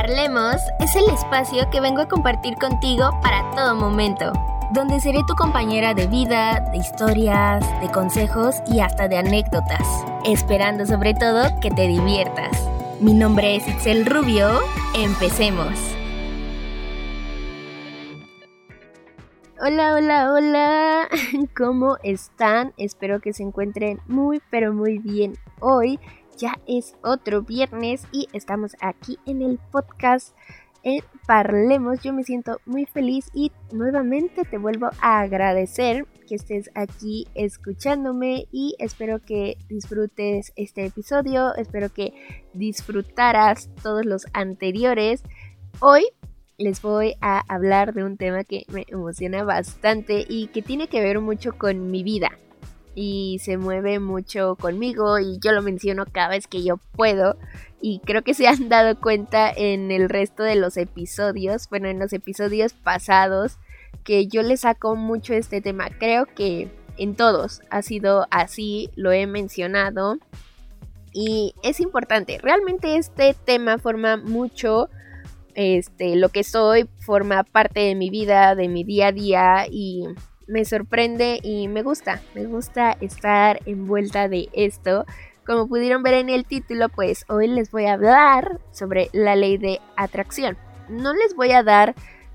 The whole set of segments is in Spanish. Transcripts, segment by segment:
Parlemos es el espacio que vengo a compartir contigo para todo momento, donde seré tu compañera de vida, de historias, de consejos y hasta de anécdotas, esperando sobre todo que te diviertas. Mi nombre es Itzel Rubio, empecemos. Hola, ¿cómo están? Espero que se encuentren muy bien hoy. Ya es otro viernes y estamos aquí en el podcast en Parlemos. Yo me siento muy feliz y nuevamente te vuelvo a agradecer que estés aquí escuchándome y espero que disfrutes este episodio, espero que disfrutaras todos los anteriores. Hoy les voy a hablar de un tema que me emociona bastante y que tiene que ver mucho con mi vida. Y se mueve mucho conmigo y yo lo menciono cada vez que yo puedo y creo que se han dado cuenta en el resto de los episodios, bueno, en los episodios pasados, que yo le saco mucho este tema. Creo que en todos ha sido así, lo he mencionado y es importante. Realmente este tema forma mucho lo que soy, forma parte de mi vida, de mi día a día y me sorprende y me gusta estar envuelta de esto. Como pudieron ver en el título, pues hoy les voy a hablar sobre la ley de atracción. No les voy a dar,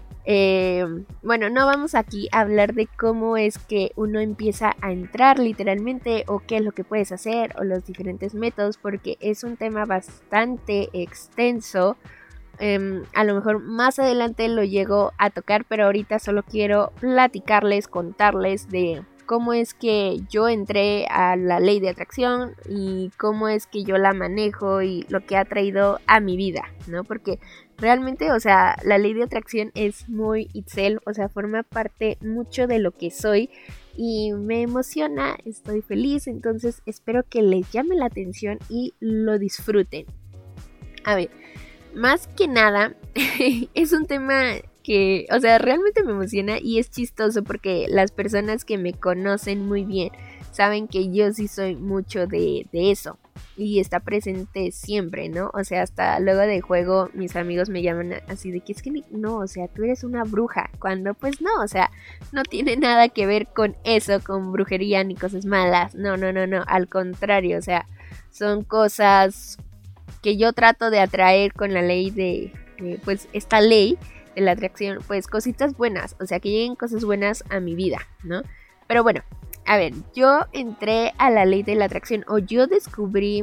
no vamos aquí a hablar de cómo es que uno empieza a entrar literalmente o qué es lo que puedes hacer o los diferentes métodos, porque es un tema bastante extenso. A lo mejor más adelante lo llego a tocar, pero ahorita solo quiero platicarles, contarles de cómo es que yo entré a la ley de atracción y cómo es que yo la manejo y lo que ha traído a mi vida, ¿no? Porque realmente, la ley de atracción es muy Itzel, forma parte mucho de lo que soy y me emociona, estoy feliz, entonces espero que les llame la atención y lo disfruten. A ver, más que nada, es un tema que, realmente me emociona y es chistoso porque las personas que me conocen muy bien saben que yo sí soy mucho de eso y está presente siempre, ¿no? Hasta luego de juego mis amigos me llaman así de que es que no, tú eres una bruja, cuando pues no, no tiene nada que ver con eso, con brujería ni cosas malas, no, al contrario, son cosas que yo trato de atraer con la ley de esta ley de la atracción, pues cositas buenas, que lleguen cosas buenas a mi vida, ¿no? Pero bueno, a ver, yo entré a la ley de la atracción o yo descubrí,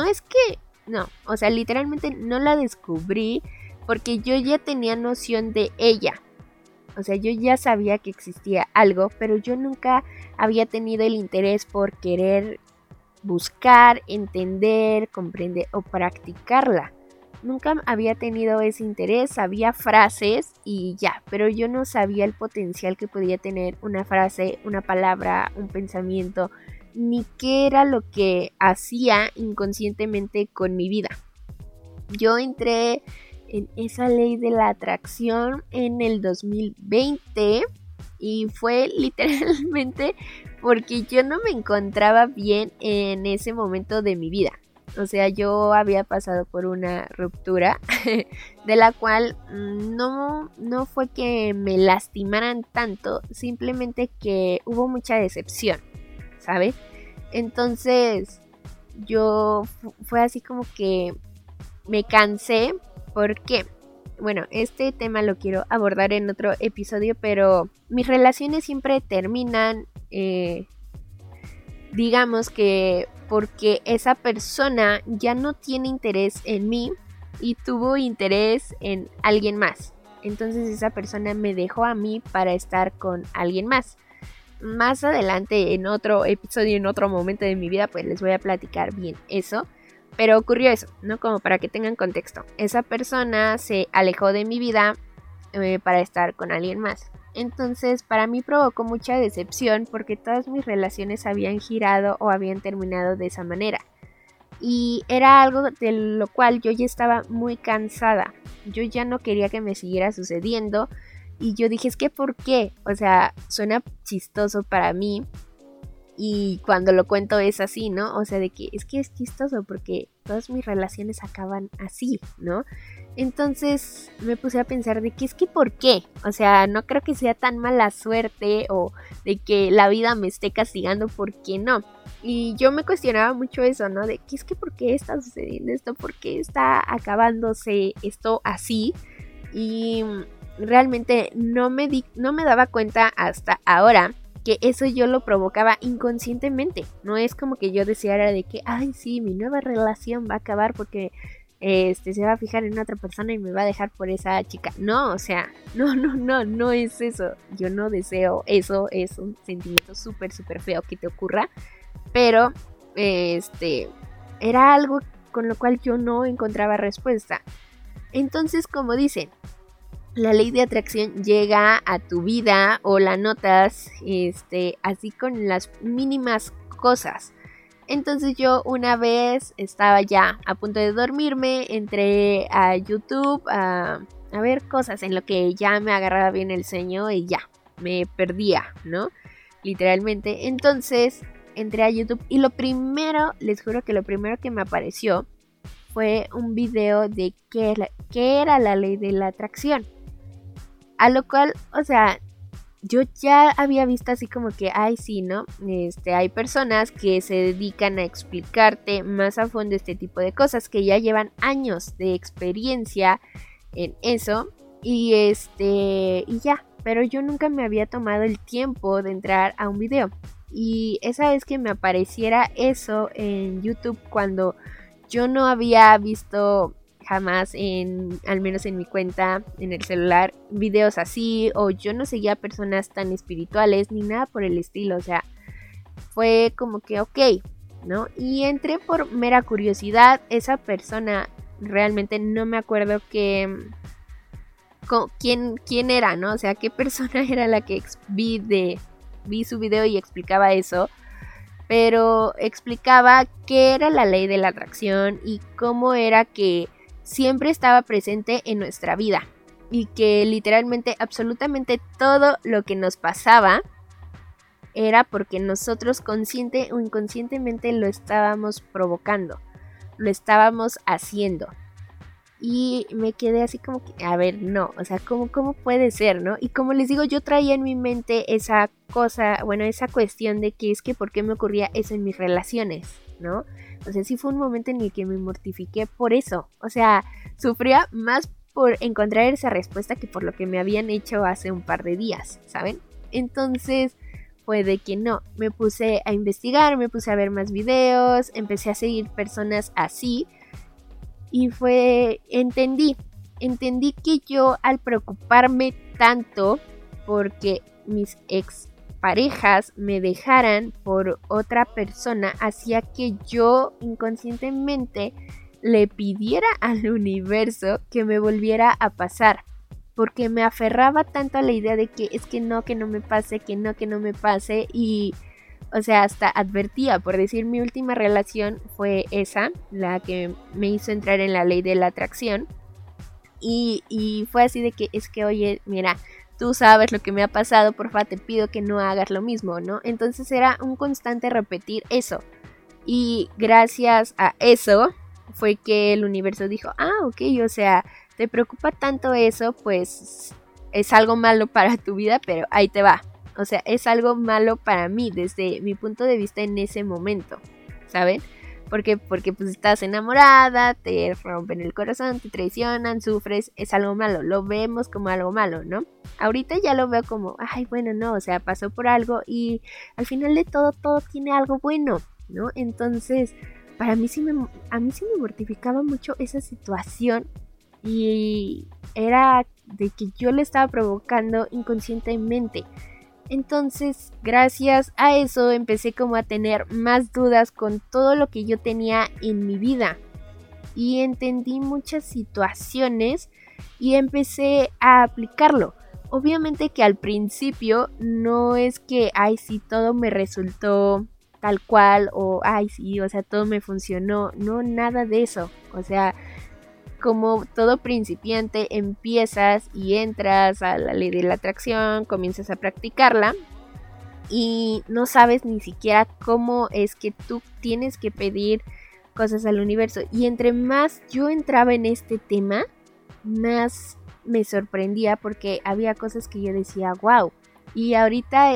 literalmente no la descubrí porque yo ya tenía noción de ella. Yo ya sabía que existía algo, pero yo nunca había tenido el interés por querer buscar, entender, comprender o practicarla. Nunca había tenido ese interés, sabía frases y ya, pero yo no sabía el potencial que podía tener una frase, una palabra, un pensamiento, ni qué era lo que hacía inconscientemente con mi vida. Yo entré en esa ley de la atracción en el 2020 y fue literalmente porque yo no me encontraba bien en ese momento de mi vida. Yo había pasado por una ruptura de la cual no fue que me lastimaran tanto, simplemente que hubo mucha decepción, ¿sabes? Entonces yo fue así como que me cansé porque, bueno, este tema lo quiero abordar en otro episodio, pero mis relaciones siempre terminan, digamos que porque esa persona ya no tiene interés en mí y tuvo interés en alguien más. Entonces esa persona me dejó a mí para estar con alguien más. Más adelante en otro episodio, en otro momento de mi vida, pues les voy a platicar bien eso. Pero ocurrió eso, ¿no? Como para que tengan contexto. Esa persona se alejó de mi vida para estar con alguien más. Entonces para mí provocó mucha decepción porque todas mis relaciones habían girado o habían terminado de esa manera. Y era algo de lo cual yo ya estaba muy cansada. Yo ya no quería que me siguiera sucediendo. Y yo dije, es que ¿por qué? Suena chistoso para mí. Y cuando lo cuento es así, ¿no? De que es chistoso porque todas mis relaciones acaban así, ¿no? Entonces me puse a pensar de que es que ¿por qué? O sea, no creo que sea tan mala suerte o de que la vida me esté castigando, ¿por qué no? Y yo me cuestionaba mucho eso, ¿no? De que es que ¿por qué está sucediendo esto? ¿Por qué está acabándose esto así? Y realmente no me daba cuenta hasta ahora que eso yo lo provocaba inconscientemente. No es como que yo deseara de que, ay, sí, mi nueva relación va a acabar porque se va a fijar en otra persona y me va a dejar por esa chica. No, o sea, no es eso. Yo no deseo eso, es un sentimiento súper, súper feo que te ocurra. Pero, era algo con lo cual yo no encontraba respuesta. Entonces, como dicen, la ley de atracción llega a tu vida o la notas, así con las mínimas cosas. Entonces yo una vez estaba ya a punto de dormirme, entré a YouTube a ver cosas en lo que ya me agarraba bien el sueño y ya, me perdía, ¿no? Literalmente. Entonces entré a YouTube y les juro que lo primero que me apareció fue un video de qué era la ley de la atracción. A lo cual, o sea, yo ya había visto así como que, ay, sí, ¿no? Hay personas que se dedican a explicarte más a fondo este tipo de cosas, que ya llevan años de experiencia en eso. Y y ya, pero yo nunca me había tomado el tiempo de entrar a un video. Y esa vez que me apareciera eso en YouTube cuando yo no había visto jamás al menos en mi cuenta, en el celular, videos así, o yo no seguía personas tan espirituales, ni nada por el estilo, o sea, fue como que ok, ¿no? Y entré por mera curiosidad, esa persona realmente no me acuerdo quién era, ¿no? O sea, qué persona era la que vi su video y explicaba eso, pero explicaba qué era la ley de la atracción y cómo era que siempre estaba presente en nuestra vida y que literalmente absolutamente todo lo que nos pasaba era porque nosotros consciente o inconscientemente lo estábamos provocando, lo estábamos haciendo. Y me quedé así como que, a ver, no, o sea, ¿cómo puede ser, no? Y como les digo, yo traía en mi mente esa cosa, bueno, esa cuestión de que es que por qué me ocurría eso en mis relaciones, ¿no? O sea, sí fue un momento en el que me mortifiqué por eso. O sea, sufría más por encontrar esa respuesta que por lo que me habían hecho hace un par de días, ¿saben? Entonces fue de que no, me puse a investigar, me puse a ver más videos, empecé a seguir personas así y entendí que yo al preocuparme tanto porque mis ex parejas me dejaran por otra persona hacía que yo inconscientemente le pidiera al universo que me volviera a pasar, porque me aferraba tanto a la idea de que es que no me pase, que no me pase. Y o sea, hasta advertía, por decir, mi última relación fue esa, la que me hizo entrar en la ley de la atracción. Y fue así de que es que, oye, mira, tú sabes lo que me ha pasado, porfa, te pido que no hagas lo mismo, ¿no? Entonces era un constante repetir eso. Y gracias a eso fue que el universo dijo, ok, o sea, te preocupa tanto eso, pues es algo malo para tu vida, pero ahí te va. O sea, es algo malo para mí desde mi punto de vista en ese momento, ¿saben? Porque pues estás enamorada, te rompen el corazón, te traicionan, sufres, es algo malo, lo vemos como algo malo, ¿no? Ahorita ya lo veo como, ay, bueno, no, o sea, pasó por algo y al final de todo tiene algo bueno, ¿no? Entonces, a mí sí me mortificaba mucho esa situación y era de que yo le estaba provocando inconscientemente. Entonces, gracias a eso empecé como a tener más dudas con todo lo que yo tenía en mi vida. Y entendí muchas situaciones y empecé a aplicarlo. Obviamente que al principio no es que, ay, sí, todo me resultó tal cual o, ay, sí, o sea, todo me funcionó. No, nada de eso. O sea, como todo principiante, empiezas y entras a la ley de la atracción, comienzas a practicarla y no sabes ni siquiera cómo es que tú tienes que pedir cosas al universo. Y entre más yo entraba en este tema, más me sorprendía porque había cosas que yo decía, wow. Y ahorita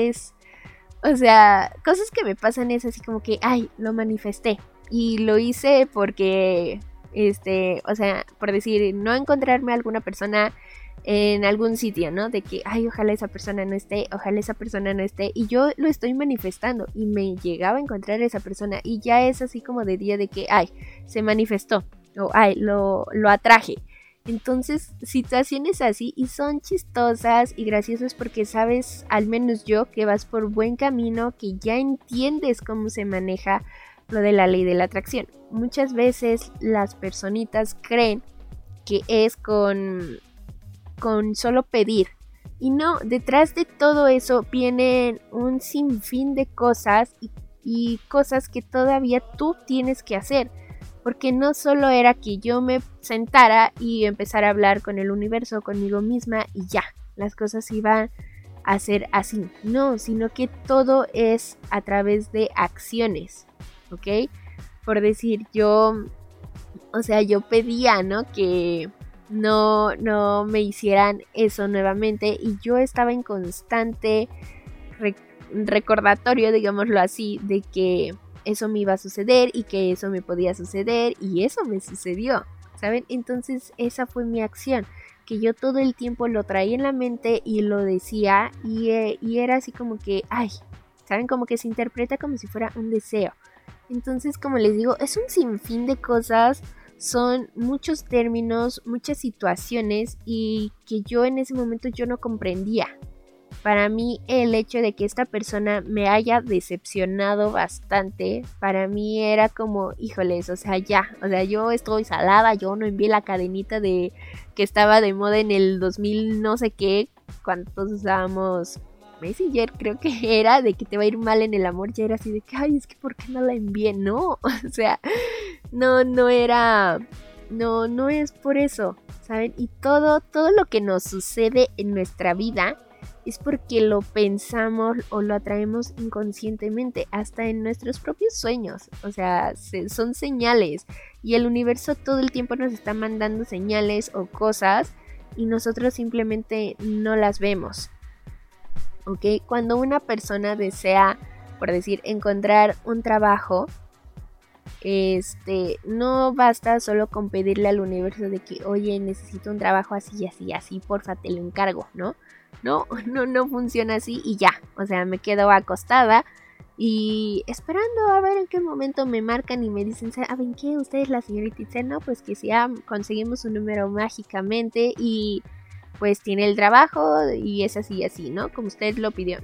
o sea, cosas que me pasan es así como que, ay, lo manifesté. Y lo hice porque, o sea, por decir, no encontrarme a alguna persona en algún sitio, ¿no? De que, ay, ojalá esa persona no esté, ojalá esa persona no esté. Y yo lo estoy manifestando y me llegaba a encontrar a esa persona. Y ya es así como de día de que, ay, se manifestó. O, ay, lo atraje. Entonces, situaciones así y son chistosas y graciosas porque sabes, al menos yo, que vas por buen camino, que ya entiendes cómo se maneja lo de la ley de la atracción. Muchas veces las personitas creen que es con solo pedir. Y no, detrás de todo eso vienen un sinfín de cosas y cosas que todavía tú tienes que hacer. Porque no solo era que yo me sentara y empezara a hablar con el universo, conmigo misma y ya, las cosas iban a ser así. No, sino que todo es a través de acciones, ¿ok? Por decir, yo pedía, ¿no? Que no me hicieran eso nuevamente y yo estaba en constante recordatorio, digámoslo así, de que eso me iba a suceder y que eso me podía suceder y eso me sucedió, ¿saben? Entonces esa fue mi acción, que yo todo el tiempo lo traía en la mente y lo decía y era así como que, ay, ¿saben? Como que se interpreta como si fuera un deseo. Entonces, como les digo, es un sinfín de cosas, son muchos términos, muchas situaciones y que yo en ese momento yo no comprendía. Para mí el hecho de que esta persona me haya decepcionado bastante, para mí era como, híjoles, o sea, yo estoy salada, yo no envié la cadenita de que estaba de moda en el 2000 no sé qué, cuando todos usábamos Messenger, creo que era, de que te va a ir mal en el amor, ya era así de que, ay, es que ¿por qué no la envié? No, o sea, no era, no es por eso, ¿saben? Y todo lo que nos sucede en nuestra vida es porque lo pensamos o lo atraemos inconscientemente, hasta en nuestros propios sueños. O sea, son señales y el universo todo el tiempo nos está mandando señales o cosas y nosotros simplemente no las vemos. ¿Ok? Cuando una persona desea, por decir, encontrar un trabajo, no basta solo con pedirle al universo de que, oye, necesito un trabajo así, así, así, porfa, te lo encargo, ¿no? No funciona así y ya, o sea, me quedo acostada y esperando a ver en qué momento me marcan y me dicen, ¿saben qué? Usted es la señorita Itzel, ¿no? Pues que si ya conseguimos un número mágicamente y pues tiene el trabajo y es así, así, ¿no? Como usted lo pidió.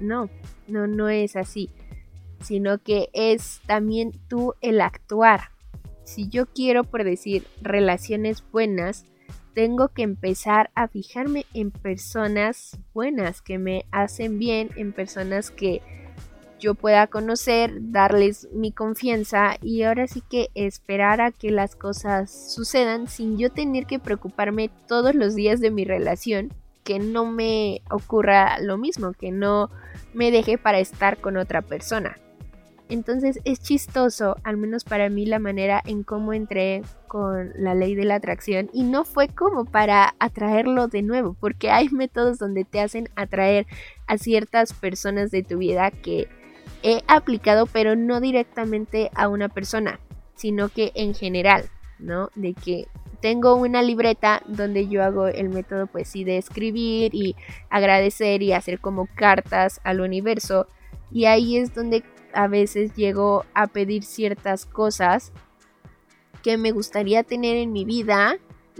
No es así, sino que es también tú el actuar. Si yo quiero, por decir, relaciones buenas, tengo que empezar a fijarme en personas buenas que me hacen bien, en personas que yo pueda conocer, darles mi confianza y ahora sí que esperar a que las cosas sucedan sin yo tener que preocuparme todos los días de mi relación, que no me ocurra lo mismo, que no me deje para estar con otra persona. Entonces es chistoso, al menos para mí, la manera en cómo entré con la ley de la atracción y no fue como para atraerlo de nuevo, porque hay métodos donde te hacen atraer a ciertas personas de tu vida que he aplicado, pero no directamente a una persona, sino que en general, ¿no? De que tengo una libreta donde yo hago el método, pues sí, de escribir y agradecer y hacer como cartas al universo y ahí es donde a veces llego a pedir ciertas cosas que me gustaría tener en mi vida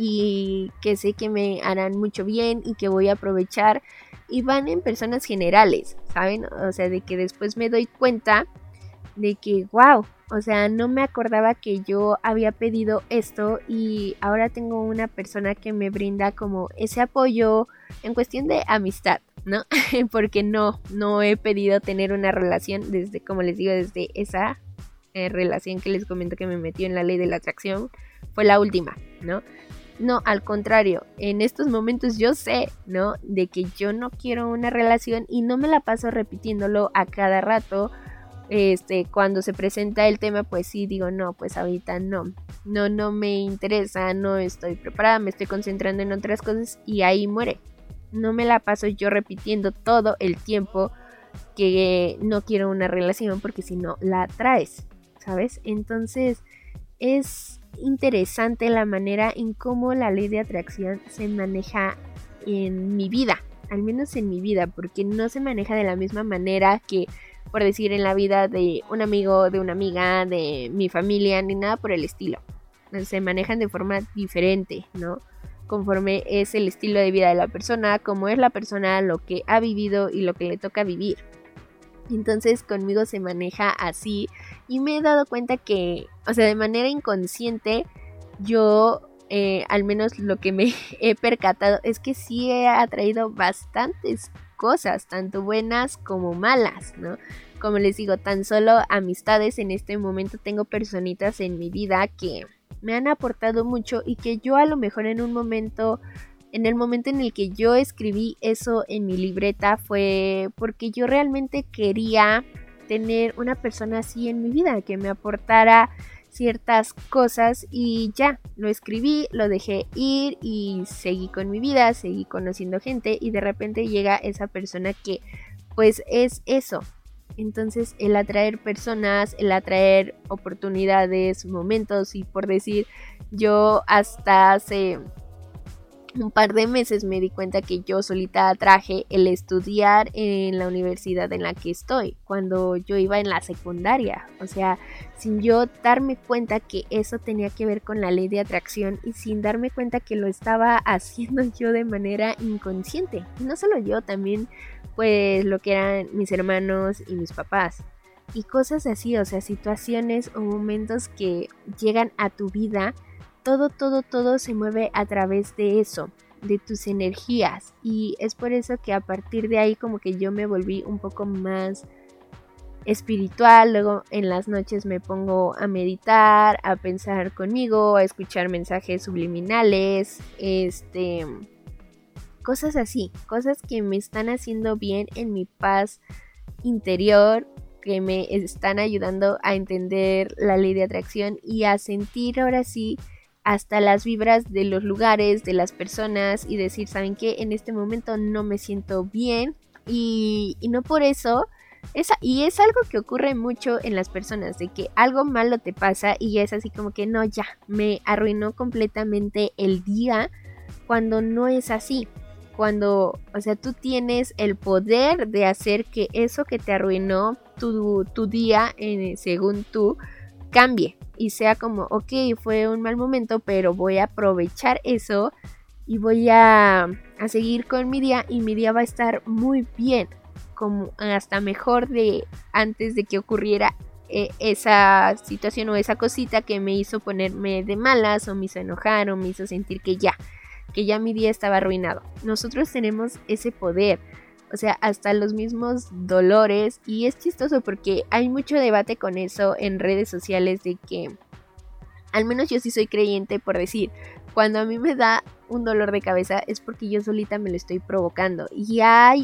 y que sé que me harán mucho bien y que voy a aprovechar y van en personas generales, ¿saben? O sea, de que después me doy cuenta de que, wow, o sea, no me acordaba que yo había pedido esto y ahora tengo una persona que me brinda como ese apoyo en cuestión de amistad, ¿no? Porque no he pedido tener una relación desde, como les digo, desde esa relación que les comento que me metió en la ley de la atracción, fue la última, ¿no? No, al contrario, en estos momentos yo sé, ¿no? De que yo no quiero una relación y no me la paso repitiéndolo a cada rato Cuando se presenta el tema, pues sí digo, no, pues ahorita no me interesa, no estoy preparada, me estoy concentrando en otras cosas y ahí muere. No me la paso yo repitiendo todo el tiempo que no quiero una relación porque si no la atraes, ¿sabes? Entonces es interesante la manera en cómo la ley de atracción se maneja en mi vida, al menos en mi vida, porque no se maneja de la misma manera que, por decir, en la vida de un amigo, de una amiga, de mi familia, ni nada por el estilo. Se manejan de forma diferente, ¿no? Conforme es el estilo de vida de la persona, cómo es la persona, lo que ha vivido y lo que le toca vivir. Entonces conmigo se maneja así y me he dado cuenta que, o sea, de manera inconsciente, yo, al menos lo que me he percatado es que sí he atraído bastantes cosas, tanto buenas como malas, ¿no? Como les digo, tan solo amistades. En este momento tengo personitas en mi vida que me han aportado mucho y que yo a lo mejor en el momento en el que yo escribí eso en mi libreta fue porque yo realmente quería tener una persona así en mi vida, que me aportara ciertas cosas y ya, lo escribí, lo dejé ir y seguí con mi vida, seguí conociendo gente y de repente llega esa persona que pues es eso. Entonces el atraer personas, el atraer oportunidades, momentos y por decir, yo hasta hace un par de meses me di cuenta que yo solita atraje el estudiar en la universidad en la que estoy, cuando yo iba en la secundaria, o sea, sin yo darme cuenta que eso tenía que ver con la ley de atracción y sin darme cuenta que lo estaba haciendo yo de manera inconsciente, y no solo yo, también pues lo que eran mis hermanos y mis papás. Y cosas así, o sea, situaciones o momentos que llegan a tu vida, todo se mueve a través de eso, de tus energías. Y es por eso que a partir de ahí como que yo me volví un poco más espiritual. Luego en las noches me pongo a meditar, a pensar conmigo, a escuchar mensajes subliminales, cosas así, cosas que me están haciendo bien en mi paz interior, que me están ayudando a entender la ley de atracción y a sentir ahora sí hasta las vibras de los lugares, de las personas y decir, ¿saben qué? En este momento no me siento bien y no por eso. Y es algo que ocurre mucho en las personas, de que algo malo te pasa y ya es así como que no, ya, me arruinó completamente el día, cuando no es así. Cuando, o sea, tú tienes el poder de hacer que eso que te arruinó tu día, según tú, cambie y sea como, ok, fue un mal momento, pero voy a aprovechar eso y voy a seguir con mi día y mi día va a estar muy bien, como hasta mejor de antes de que ocurriera esa situación o esa cosita que me hizo ponerme de malas o me hizo enojar o me hizo sentir que ya mi día estaba arruinado. Nosotros tenemos ese poder, o sea, hasta los mismos dolores, y es chistoso porque hay mucho debate con eso en redes sociales de que, al menos yo sí soy creyente, por decir, cuando a mí me da un dolor de cabeza es porque yo solita me lo estoy provocando, y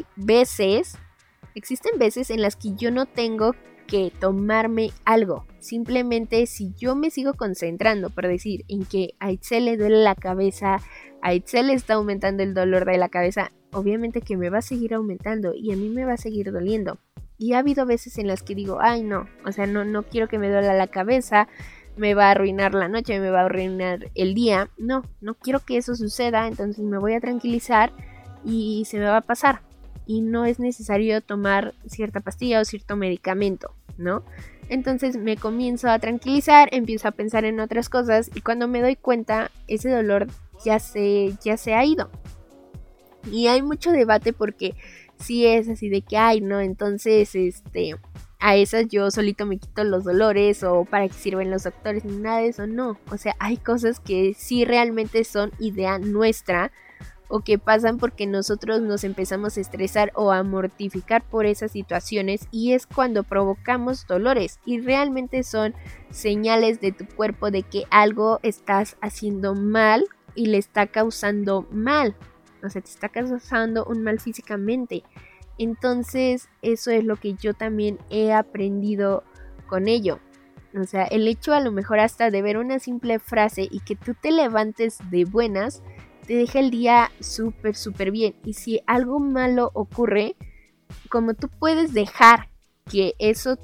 existen veces en las que yo no tengo que tomarme algo, simplemente si yo me sigo concentrando, por decir, en que a Itzel le duele la cabeza, a Itzel le está aumentando el dolor de la cabeza, obviamente que me va a seguir aumentando y a mí me va a seguir doliendo. Y ha habido veces en las que digo, ay no, o sea, no quiero que me duela la cabeza, me va a arruinar la noche, me va a arruinar el día, no quiero que eso suceda, entonces me voy a tranquilizar y se me va a pasar. Y no es necesario tomar cierta pastilla o cierto medicamento, ¿no? Entonces me comienzo a tranquilizar, empiezo a pensar en otras cosas y cuando me doy cuenta, ese dolor ya se ha ido. Y hay mucho debate porque si es así de que, ay, no, entonces, a esas yo solito me quito los dolores o para qué sirven los doctores, ni nada de eso, no. O sea, hay cosas que sí realmente son idea nuestra, o que pasan porque nosotros nos empezamos a estresar o a mortificar por esas situaciones y es cuando provocamos dolores y realmente son señales de tu cuerpo de que algo estás haciendo mal y le está causando mal, o sea, te está causando un mal físicamente Entonces eso es lo que yo también he aprendido con ello. O sea, el hecho a lo mejor hasta de ver una simple frase y que tú te levantes de buenas, te deja el día súper, súper bien. Y si algo malo ocurre, como tú puedes dejar que eso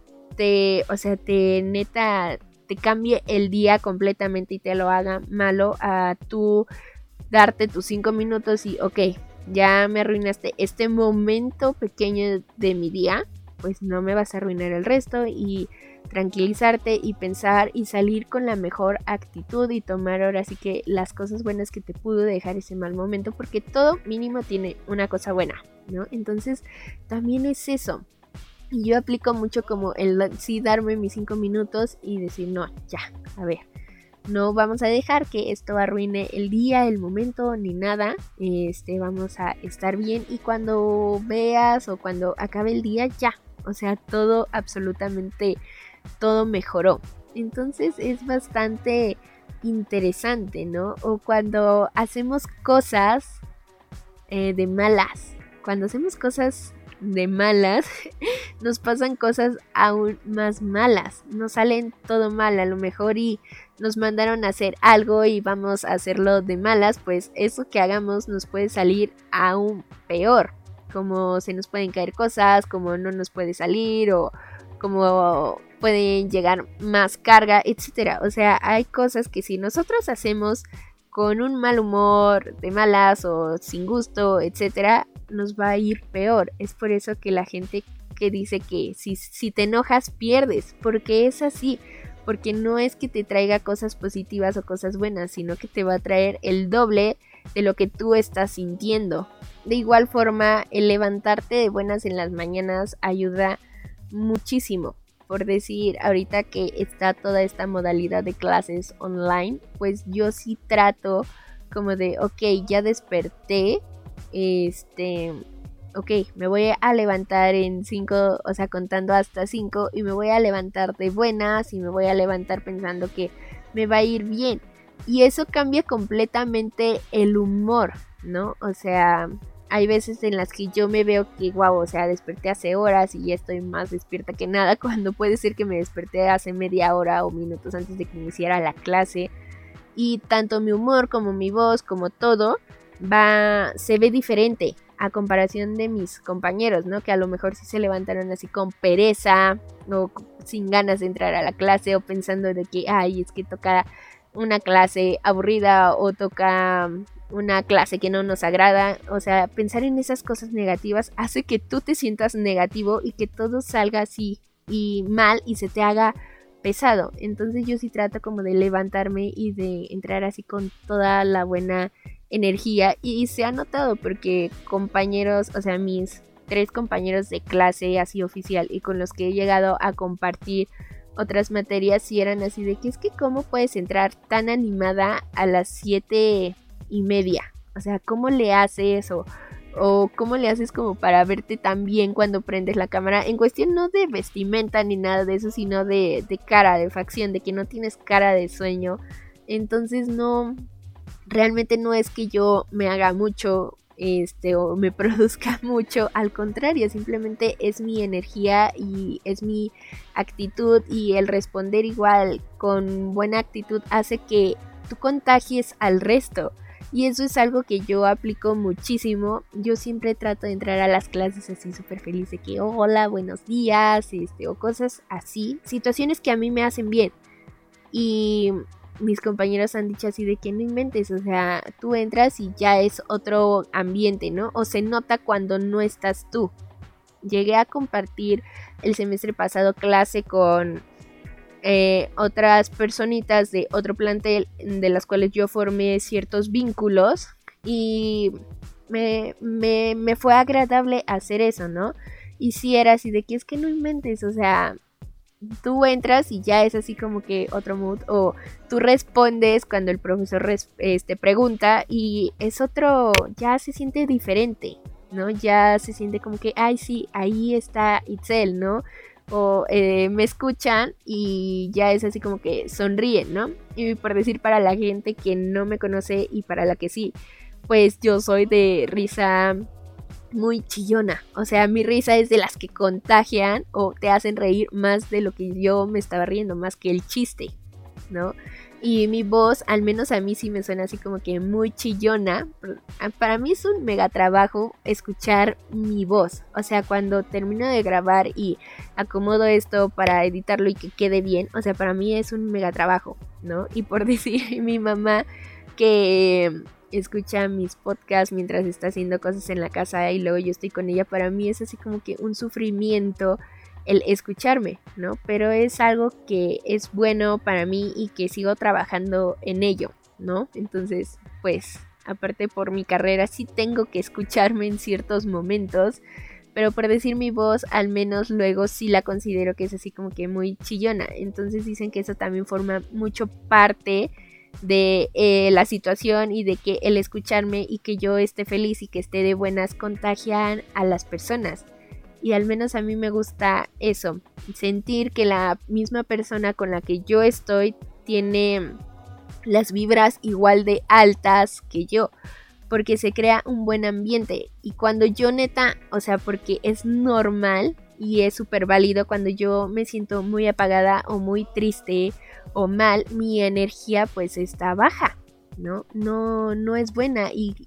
te cambie el día completamente y te lo haga malo, a tú darte tus 5 minutos y ok, ya me arruinaste este momento pequeño de mi día, pues no me vas a arruinar el resto, y tranquilizarte y pensar y salir con la mejor actitud y tomar ahora sí que las cosas buenas que te pudo dejar ese mal momento, porque todo mínimo tiene una cosa buena, ¿no? Entonces también es eso. Y yo aplico mucho como el sí darme mis 5 minutos y decir, no, ya, a ver, no vamos a dejar que esto arruine el día, el momento, ni nada. Vamos a estar bien, y cuando veas o cuando acabe el día, ya. O sea, todo, absolutamente todo mejoró. Entonces es bastante interesante, ¿no? O cuando hacemos cosas de malas. Cuando hacemos cosas de malas, nos pasan cosas aún más malas. Nos salen todo mal a lo mejor y nos mandaron a hacer algo y vamos a hacerlo de malas, pues eso que hagamos nos puede salir aún peor. Como se nos pueden caer cosas, como no nos puede salir, o como pueden llegar más carga, etcétera. O sea, hay cosas que si nosotros hacemos con un mal humor, de malas o sin gusto, etcétera, nos va a ir peor. Es por eso que la gente que dice que si te enojas pierdes, porque es así, porque no es que te traiga cosas positivas o cosas buenas, sino que te va a traer el doble de lo que tú estás sintiendo. De igual forma, el levantarte de buenas en las mañanas ayuda muchísimo. Por decir, ahorita que está toda esta modalidad de clases online, pues yo sí trato como de, ok, ya desperté, ok, me voy a levantar en 5, o sea, contando hasta 5, y me voy a levantar de buenas, y me voy a levantar pensando que me va a ir bien. Y eso cambia completamente el humor, ¿no? O sea, hay veces en las que yo me veo que, wow, o sea, desperté hace horas y ya estoy más despierta que nada, cuando puede ser que me desperté hace media hora o minutos antes de que iniciara la clase. Y tanto mi humor como mi voz, como todo, se ve diferente a comparación de mis compañeros, ¿no? Que a lo mejor sí se levantaron así con pereza o sin ganas de entrar a la clase, o pensando de que, ay, es que toca una clase aburrida o toca una clase que no nos agrada. O sea, pensar en esas cosas negativas hace que tú te sientas negativo y que todo salga así y mal y se te haga pesado. Entonces yo sí trato como de levantarme y de entrar así con toda la buena energía, y se ha notado porque compañeros, o sea, mis 3 compañeros de clase así oficial y con los que he llegado a compartir otras materias, sí eran así de que es que cómo puedes entrar tan animada a las 7:30, o sea, cómo le haces, o cómo le haces como para verte tan bien cuando prendes la cámara, en cuestión no de vestimenta ni nada de eso, sino de cara, de facción, de que no tienes cara de sueño. Entonces no, realmente no es que yo me haga mucho o me produzca mucho, al contrario, simplemente es mi energía y es mi actitud, y el responder igual con buena actitud hace que tú contagies al resto. Y eso es algo que yo aplico muchísimo. Yo siempre trato de entrar a las clases así súper feliz de que hola, buenos días, o cosas así, situaciones que a mí me hacen bien. Y mis compañeros han dicho así de que no inventes, o sea, tú entras y ya es otro ambiente, ¿no? O se nota cuando no estás tú. Llegué a compartir el semestre pasado clase con otras personitas de otro plantel, de las cuales yo formé ciertos vínculos, y me fue agradable hacer eso, ¿no? Y si era así de que es que no inventes, o sea, tú entras y ya es así como que otro mood, o tú respondes cuando el profesor pregunta y es otro, ya se siente diferente, ¿no? Ya se siente como que, ay sí, ahí está Itzel, ¿no? O me escuchan y ya es así como que sonríen, ¿no? Y por decir, para la gente que no me conoce y para la que sí, pues yo soy de risa muy chillona. O sea, mi risa es de las que contagian o te hacen reír más de lo que yo me estaba riendo, más que el chiste, ¿no? Y mi voz, al menos a mí sí me suena así como que muy chillona. Para mí es un mega trabajo escuchar mi voz. O sea, cuando termino de grabar y acomodo esto para editarlo y que quede bien, o sea, para mí es un mega trabajo, ¿no? Y por decir mi mamá que escucha mis podcasts mientras está haciendo cosas en la casa y luego yo estoy con ella, para mí es así como que un sufrimiento el escucharme, ¿no? Pero es algo que es bueno para mí y que sigo trabajando en ello, ¿no? Entonces, pues, aparte por mi carrera sí tengo que escucharme en ciertos momentos, pero por decir mi voz, al menos luego sí la considero que es así como que muy chillona. Entonces dicen que eso también forma mucho parte de la situación y de que el escucharme y que yo esté feliz y que esté de buenas contagian a las personas. Y al menos a mí me gusta eso, sentir que la misma persona con la que yo estoy tiene las vibras igual de altas que yo, porque se crea un buen ambiente. Y cuando yo neta, o sea, porque es normal y es súper válido, cuando yo me siento muy apagada o muy triste o mal, mi energía pues está baja, ¿no? No es buena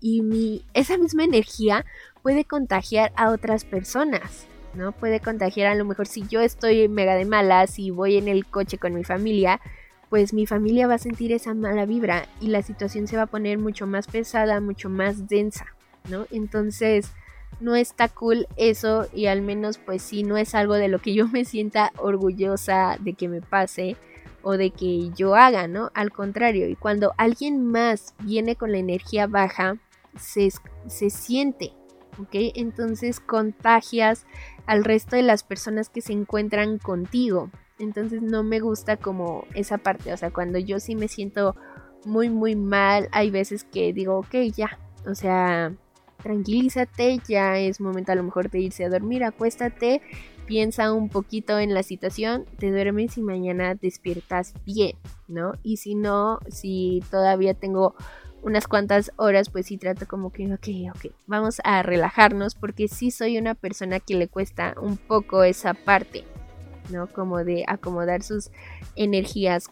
y esa misma energía puede contagiar a otras personas, ¿no? Puede contagiar a lo mejor si yo estoy mega de malas y voy en el coche con mi familia, pues mi familia va a sentir esa mala vibra y la situación se va a poner mucho más pesada, mucho más densa, ¿no? Entonces no está cool eso y al menos pues sí no es algo de lo que yo me sienta orgullosa de que me pase o de que yo haga, ¿no? Al contrario, y cuando alguien más viene con la energía baja, se siente, ¿ok? Entonces contagias al resto de las personas que se encuentran contigo. Entonces no me gusta como esa parte, o sea, cuando yo sí me siento muy muy mal, hay veces que digo, ok, ya, o sea, tranquilízate, ya es momento a lo mejor de irse a dormir, acuéstate, piensa un poquito en la situación, te duermes y mañana despiertas bien, ¿no? Y si no, si todavía tengo unas cuantas horas, pues sí trato como que, ok, vamos a relajarnos, porque sí soy una persona que le cuesta un poco esa parte, ¿no? Como de acomodar sus energías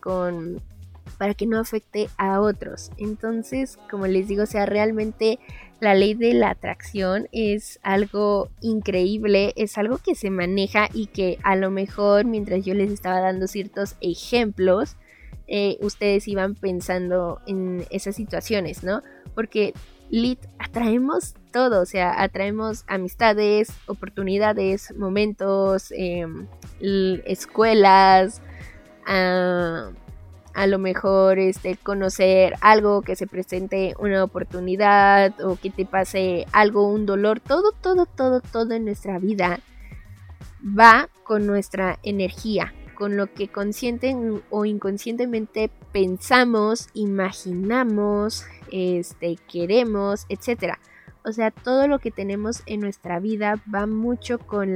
para que no afecte a otros. Entonces, como les digo, o sea, realmente la ley de la atracción es algo increíble, es algo que se maneja y que a lo mejor mientras yo les estaba dando ciertos ejemplos, ustedes iban pensando en esas situaciones, ¿no? Porque atraemos todo, o sea, atraemos amistades, oportunidades, momentos, escuelas, a lo mejor conocer algo, que se presente una oportunidad o que te pase algo, un dolor, todo en nuestra vida va con nuestra energía, con lo que consciente o inconscientemente pensamos, imaginamos, queremos, etcétera. O sea, todo lo que tenemos en nuestra vida va mucho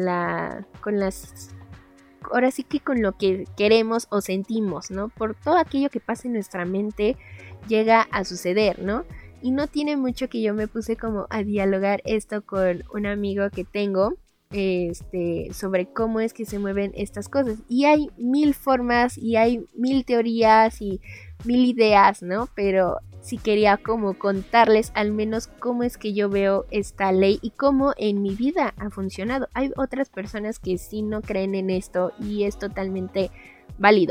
ahora sí que con lo que queremos o sentimos, ¿no? Por todo aquello que pasa en nuestra mente llega a suceder, ¿no? Y no tiene mucho que yo me puse como a dialogar esto con un amigo que tengo, sobre cómo es que se mueven estas cosas. Y hay 1000 formas y hay 1000 teorías y 1000 ideas, ¿no? Pero sí quería como contarles al menos cómo es que yo veo esta ley y cómo en mi vida ha funcionado. Hay otras personas que sí no creen en esto y es totalmente válido.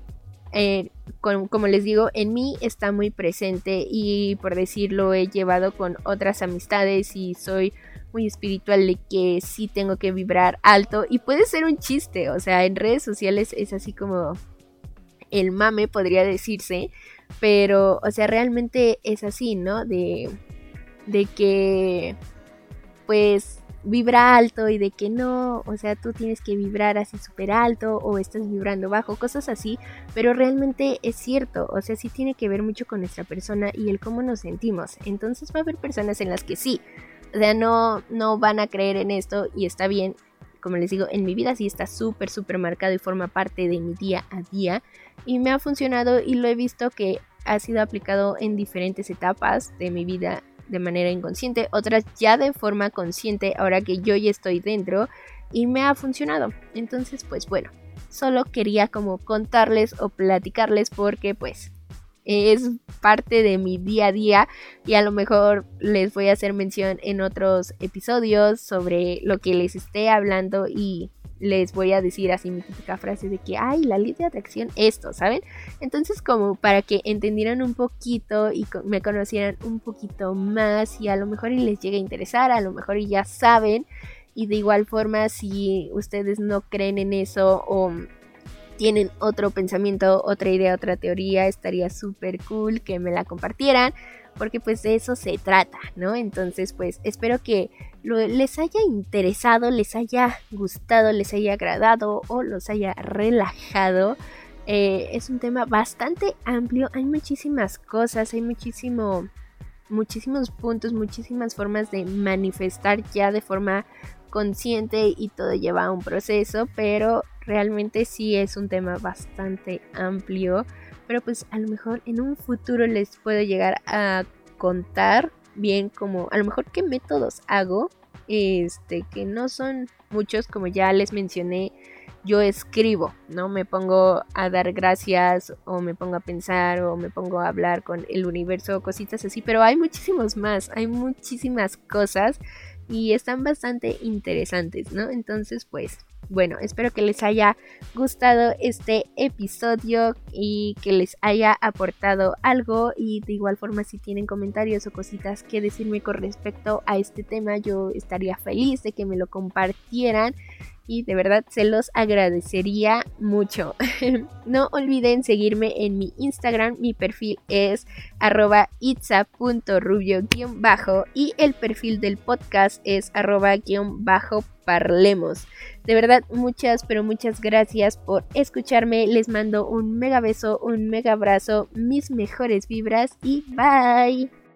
Como les digo, en mí está muy presente y por decirlo he llevado con otras amistades y soy muy espiritual de que sí tengo que vibrar alto y puede ser un chiste, o sea, en redes sociales es así como el mame podría decirse, pero o sea, realmente es así, ¿no? De que pues vibra alto y de que no, o sea, tú tienes que vibrar así súper alto o estás vibrando bajo, cosas así, pero realmente es cierto, o sea, sí tiene que ver mucho con nuestra persona y el cómo nos sentimos. Entonces va a haber personas en las que sí, o sea, no van a creer en esto y está bien. Como les digo, en mi vida sí está súper marcado y forma parte de mi día a día y me ha funcionado y lo he visto que ha sido aplicado en diferentes etapas de mi vida de manera inconsciente, otras ya de forma consciente ahora que yo ya estoy dentro y me ha funcionado. Entonces pues bueno, solo quería como contarles o platicarles porque pues es parte de mi día a día y a lo mejor les voy a hacer mención en otros episodios sobre lo que les esté hablando y les voy a decir así mi típica frase de que, ay, la ley de atracción, esto, ¿saben? Entonces como para que entendieran un poquito y me conocieran un poquito más y a lo mejor y les llegue a interesar, a lo mejor y ya saben. Y de igual forma, si ustedes no creen en eso o tienen otro pensamiento, otra idea, otra teoría, estaría súper cool que me la compartieran, porque pues de eso se trata, ¿no? Entonces pues espero que les haya interesado, les haya gustado, les haya agradado o los haya relajado. Es un tema bastante amplio, hay muchísimas cosas, hay muchísimos puntos, muchísimas formas de manifestar ya de forma consciente y todo lleva a un proceso, pero realmente sí es un tema bastante amplio, pero pues a lo mejor en un futuro les puedo llegar a contar bien como a lo mejor qué métodos hago, que no son muchos, como ya les mencioné. Yo escribo, ¿no? Me pongo a dar gracias o me pongo a pensar o me pongo a hablar con el universo, cositas así, pero hay muchísimos más, hay muchísimas cosas y están bastante interesantes, ¿no? Entonces, pues, bueno, espero que les haya gustado este episodio y que les haya aportado algo y de igual forma si tienen comentarios o cositas que decirme con respecto a este tema, yo estaría feliz de que me lo compartieran. Y de verdad se los agradecería mucho. No olviden seguirme en mi Instagram. Mi perfil es @itza.rubio_ y el perfil del podcast es @_parlemos. De verdad, muchas, pero muchas gracias por escucharme. Les mando un mega beso, un mega abrazo, mis mejores vibras y bye.